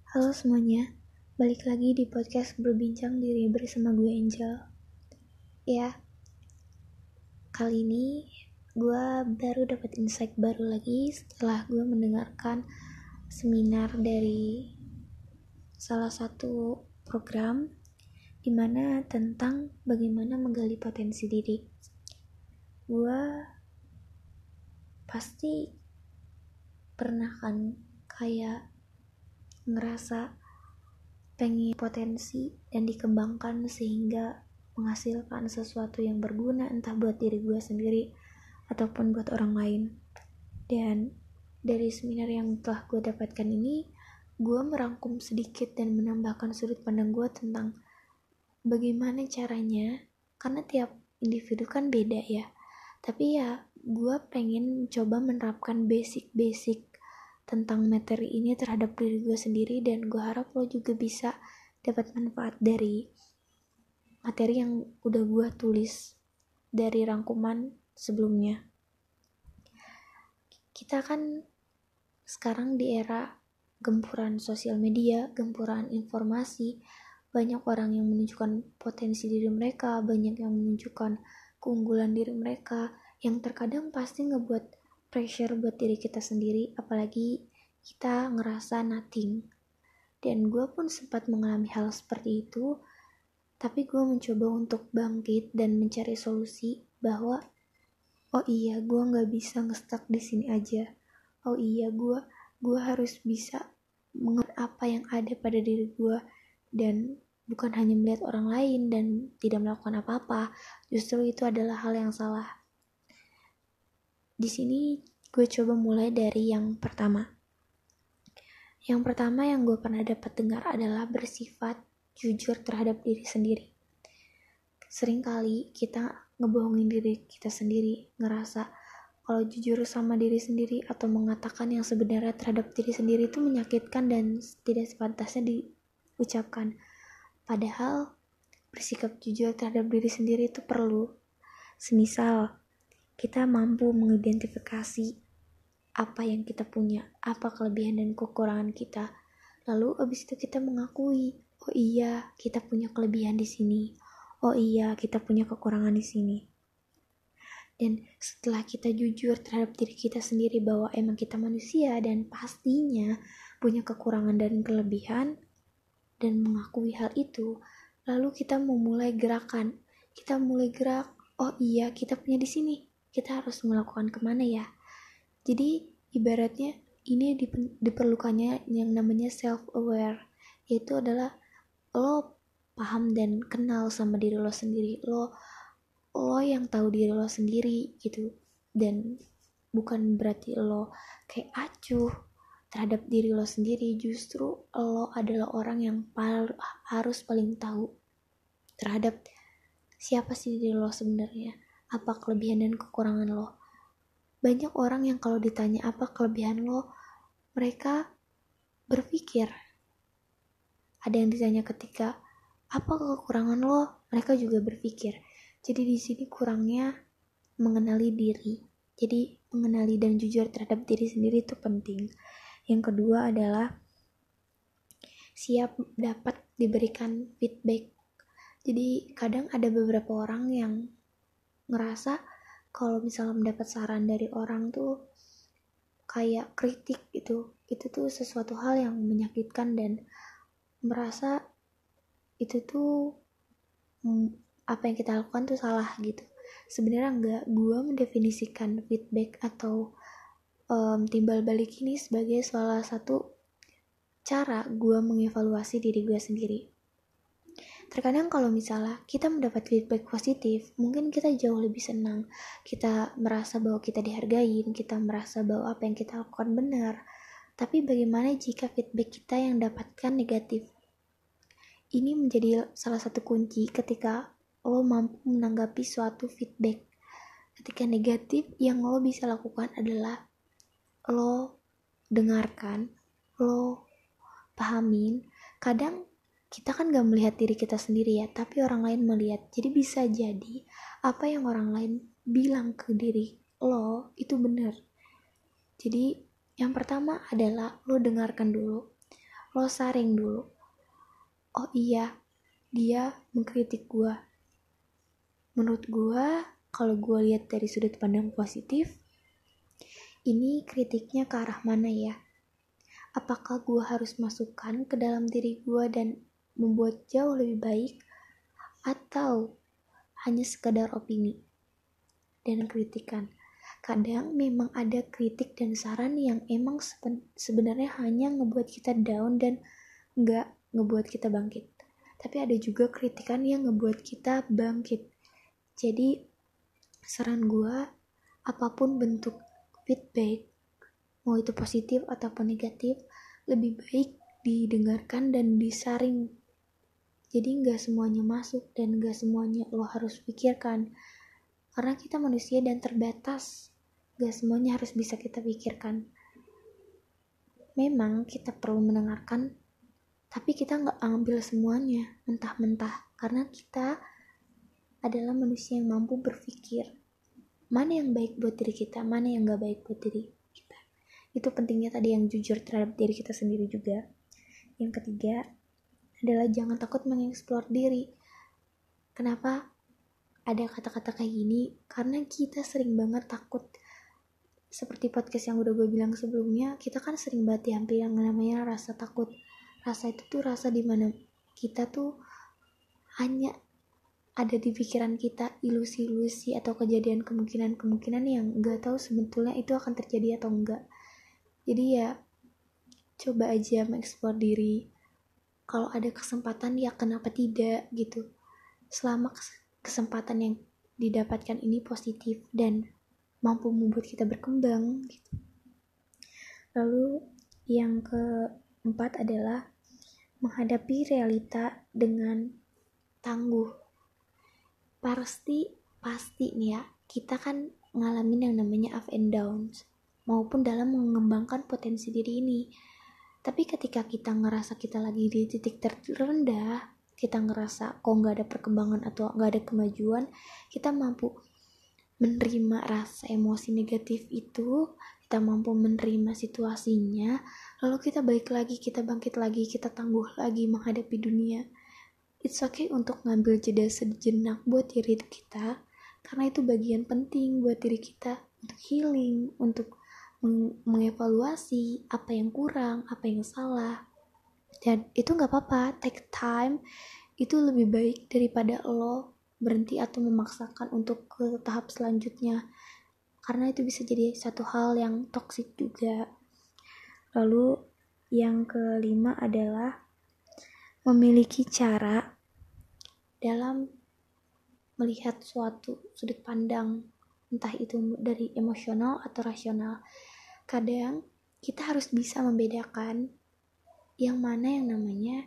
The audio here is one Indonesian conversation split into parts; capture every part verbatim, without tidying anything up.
Halo semuanya, balik lagi di podcast Berbincang Diri bersama gue Angel. Ya, kali ini gue baru dapat insight baru lagi setelah gue mendengarkan seminar dari salah satu program di mana tentang bagaimana menggali potensi diri. Gue pasti pernah kan kayak ngerasa pengen potensi dan dikembangkan sehingga menghasilkan sesuatu yang berguna entah buat diri gue sendiri ataupun buat orang lain. Dan dari seminar yang telah gue dapatkan ini, gue merangkum sedikit dan menambahkan sudut pandang gue tentang bagaimana caranya, karena tiap individu kan beda ya, tapi ya gue pengen coba menerapkan basic-basic tentang materi ini terhadap diri gue sendiri, dan gue harap lo juga bisa dapat manfaat dari materi yang udah gue tulis dari rangkuman sebelumnya. Kita kan sekarang di era gempuran sosial media, gempuran informasi, banyak orang yang menunjukkan potensi diri mereka, banyak yang menunjukkan keunggulan diri mereka, yang terkadang pasti ngebuat pressure buat diri kita sendiri, apalagi kita ngerasa nothing. Dan gue pun sempat mengalami hal seperti itu, tapi gue mencoba untuk bangkit dan mencari solusi bahwa oh iya, gue nggak bisa nge-stuck di sini aja. Oh iya, gue gue harus bisa mengerti apa yang ada pada diri gue dan bukan hanya melihat orang lain dan tidak melakukan apa-apa. Justru itu adalah hal yang salah. Di sini gue coba mulai dari yang pertama. Yang pertama yang gue pernah dapat dengar adalah bersifat jujur terhadap diri sendiri. Seringkali kita ngebohongin diri kita sendiri, ngerasa kalau jujur sama diri sendiri atau mengatakan yang sebenarnya terhadap diri sendiri itu menyakitkan dan tidak sepantasnya diucapkan. Padahal bersikap jujur terhadap diri sendiri itu perlu. Semisal kita mampu mengidentifikasi apa yang kita punya, apa kelebihan dan kekurangan kita. Lalu abis itu kita mengakui, oh iya, kita punya kelebihan di sini. Oh iya, kita punya kekurangan di sini. Dan setelah kita jujur terhadap diri kita sendiri bahwa emang kita manusia dan pastinya punya kekurangan dan kelebihan, dan mengakui hal itu, lalu kita memulai gerakan. Kita mulai gerak, oh iya, kita punya di sini. Kita harus melakukan kemana ya? Jadi ibaratnya ini diperlukannya yang namanya self-aware, yaitu adalah lo paham dan kenal sama diri lo sendiri, lo lo yang tahu diri lo sendiri gitu, dan bukan berarti lo kayak acuh terhadap diri lo sendiri. Justru lo adalah orang yang pal- harus paling tahu terhadap siapa sih diri lo sebenarnya, apa kelebihan dan kekurangan lo. Banyak orang yang kalau ditanya apa kelebihan lo, mereka berpikir. Ada yang ditanya ketika apa kekurangan lo, mereka juga berpikir. Jadi di sini kurangnya mengenali diri. Jadi mengenali dan jujur terhadap diri sendiri itu penting. Yang kedua adalah siap dapat diberikan feedback. Jadi kadang ada beberapa orang yang ngerasa kalau misalnya mendapat saran dari orang tuh kayak kritik gitu, itu tuh sesuatu hal yang menyakitkan dan merasa itu tuh hmm, apa yang kita lakukan tuh salah gitu. Sebenarnya enggak, gue mendefinisikan feedback atau um, timbal balik ini sebagai salah satu cara gue mengevaluasi diri gue sendiri. Terkadang kalau misalnya kita mendapat feedback positif, mungkin kita jauh lebih senang. Kita merasa bahwa kita dihargain, kita merasa bahwa apa yang kita lakukan benar. Tapi bagaimana jika feedback kita yang dapatkan negatif? Ini menjadi salah satu kunci ketika lo mampu menanggapi suatu feedback. Ketika negatif, yang lo bisa lakukan adalah lo dengarkan, lo pahamin. Kadang kita kan gak melihat diri kita sendiri ya, tapi orang lain melihat. Jadi bisa jadi apa yang orang lain bilang ke diri lo itu benar. Jadi yang pertama adalah lo dengarkan dulu. lo saring dulu. Oh iya, dia mengkritik gue. Menurut gue, kalau gue lihat dari sudut pandang positif, ini kritiknya ke arah mana ya? Apakah gue harus masukkan ke dalam diri gue dan membuat jauh lebih baik, atau hanya sekadar opini dan kritikan? Kadang memang ada kritik dan saran yang emang sebenarnya hanya ngebuat kita down dan gak ngebuat kita bangkit. Tapi ada juga kritikan yang ngebuat kita bangkit. Jadi saran gue, apapun bentuk feedback, mau itu positif ataupun negatif, lebih baik didengarkan dan disaring. Jadi gak semuanya masuk dan gak semuanya lo harus pikirkan. Karena kita manusia dan terbatas, gak semuanya harus bisa kita pikirkan. Memang kita perlu mendengarkan, tapi kita gak ambil semuanya mentah-mentah. Karena kita adalah manusia yang mampu berpikir mana yang baik buat diri kita, mana yang gak baik buat diri kita. Itu pentingnya tadi yang jujur terhadap diri kita sendiri juga. Yang ketiga adalah jangan takut mengeksplor diri. Kenapa ada kata-kata kayak gini? Karena kita sering banget takut. Seperti podcast yang udah gue bilang sebelumnya, kita kan sering banget dihampiri yang namanya rasa takut. Rasa itu tuh rasa dimana kita tuh hanya ada di pikiran kita ilusi-ilusi atau kejadian kemungkinan-kemungkinan yang gak tahu sebetulnya itu akan terjadi atau enggak. Jadi ya coba aja mengeksplor diri. Kalau ada kesempatan ya kenapa tidak gitu. Selama kesempatan yang didapatkan ini positif dan mampu membuat kita berkembang gitu. Lalu yang keempat adalah menghadapi realita dengan tangguh. Pasti, pasti nih ya, kita kan ngalamin yang namanya up and downs, maupun dalam mengembangkan potensi diri ini. Tapi ketika kita ngerasa kita lagi di titik terendah, kita ngerasa kok gak ada perkembangan atau gak ada kemajuan, kita mampu menerima rasa emosi negatif itu, kita mampu menerima situasinya, lalu kita balik lagi, kita bangkit lagi, kita tangguh lagi menghadapi dunia. It's okay untuk ngambil jeda sejenak buat diri kita, karena itu bagian penting buat diri kita untuk healing, untuk meng- mengevaluasi apa yang kurang, apa yang salah. Dan itu gak apa-apa, take time, itu lebih baik daripada lo berhenti atau memaksakan untuk ke tahap selanjutnya, karena itu bisa jadi satu hal yang toksik juga. Lalu yang kelima adalah memiliki cara dalam melihat suatu sudut pandang, entah itu dari emosional atau rasional. Kadang kita harus bisa membedakan yang mana yang namanya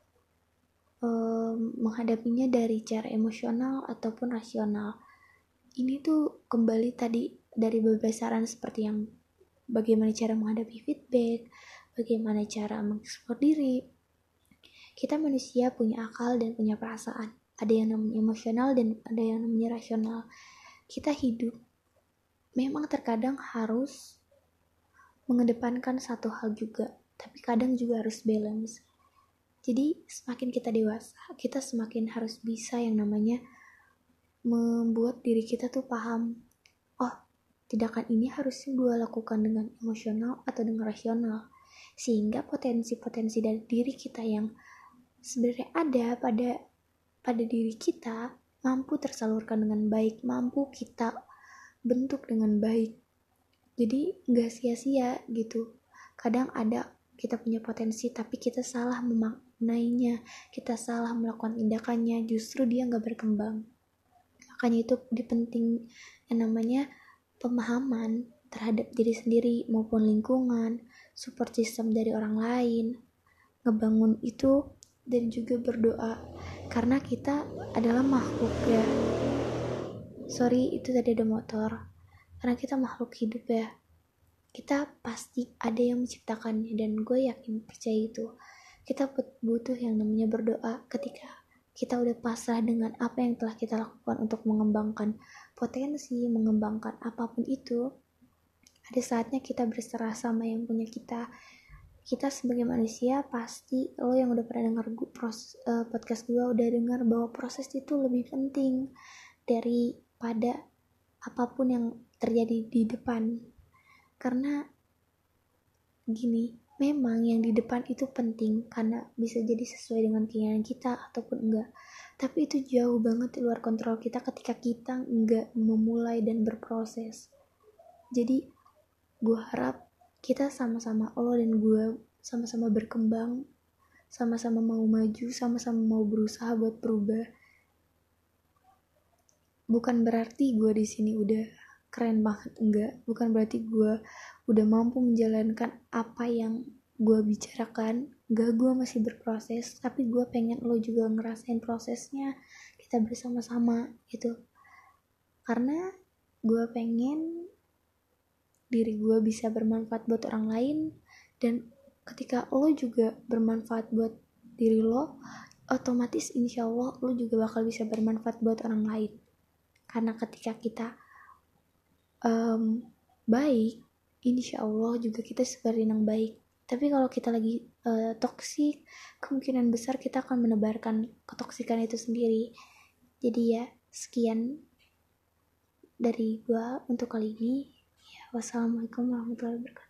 um, menghadapinya dari cara emosional ataupun rasional. Ini tuh kembali tadi dari beberapa saran seperti yang bagaimana cara menghadapi feedback, bagaimana cara mengeksplor diri. Kita manusia punya akal dan punya perasaan. Ada yang namanya emosional dan ada yang namanya rasional. Kita hidup memang terkadang harus mengedepankan satu hal juga, tapi kadang juga harus balance. Jadi semakin kita dewasa, kita semakin harus bisa yang namanya membuat diri kita tuh paham, oh tindakan ini harusnya gue lakukan dengan emosional atau dengan rasional, sehingga potensi-potensi dari diri kita yang sebenarnya ada pada pada diri kita mampu tersalurkan dengan baik, mampu kita bentuk dengan baik. Jadi gak sia-sia gitu. Kadang ada kita punya potensi tapi kita salah memaknainya, kita salah melakukan tindakannya, justru dia gak berkembang. Makanya itu penting yang namanya pemahaman terhadap diri sendiri maupun lingkungan, support system dari orang lain, ngebangun itu, dan juga berdoa, karena kita adalah makhluk ya. Sorry itu tadi ada motor. Karena kita makhluk hidup ya, kita pasti ada yang menciptakannya, dan gue yakin percaya itu. Kita butuh yang namanya berdoa ketika kita udah pasrah dengan apa yang telah kita lakukan untuk mengembangkan potensi, mengembangkan apapun itu. Ada saatnya kita berserah sama yang punya kita. kita sebagai manusia pasti, lo yang udah pernah dengar gu- pros, uh, podcast gue udah dengar bahwa proses itu lebih penting daripada apapun yang terjadi di depan. Karena gini, memang yang di depan itu penting karena bisa jadi sesuai dengan keinginan kita ataupun enggak, tapi itu jauh banget di luar kontrol kita ketika kita enggak memulai dan berproses. Jadi gue harap kita sama-sama, lo dan gue sama-sama berkembang, sama-sama mau maju, sama-sama mau berusaha buat berubah. Bukan berarti gue di sini udah keren banget, enggak. Bukan berarti gue udah mampu menjalankan apa yang gue bicarakan, enggak. Gue masih berproses, tapi gue pengen lo juga ngerasain prosesnya, kita bersama-sama gitu. Karena gue pengen diri gue bisa bermanfaat buat orang lain, dan ketika lo juga bermanfaat buat diri lo, otomatis insya Allah lo juga bakal bisa bermanfaat buat orang lain. Karena ketika kita um, baik, insya Allah juga kita sebarin yang baik. Tapi kalau kita lagi uh, toksik, kemungkinan besar kita akan menebarkan ketoksikan itu sendiri. Jadi ya, sekian dari gue untuk kali ini. Ya, wassalamualaikum warahmatullahi wabarakatuh.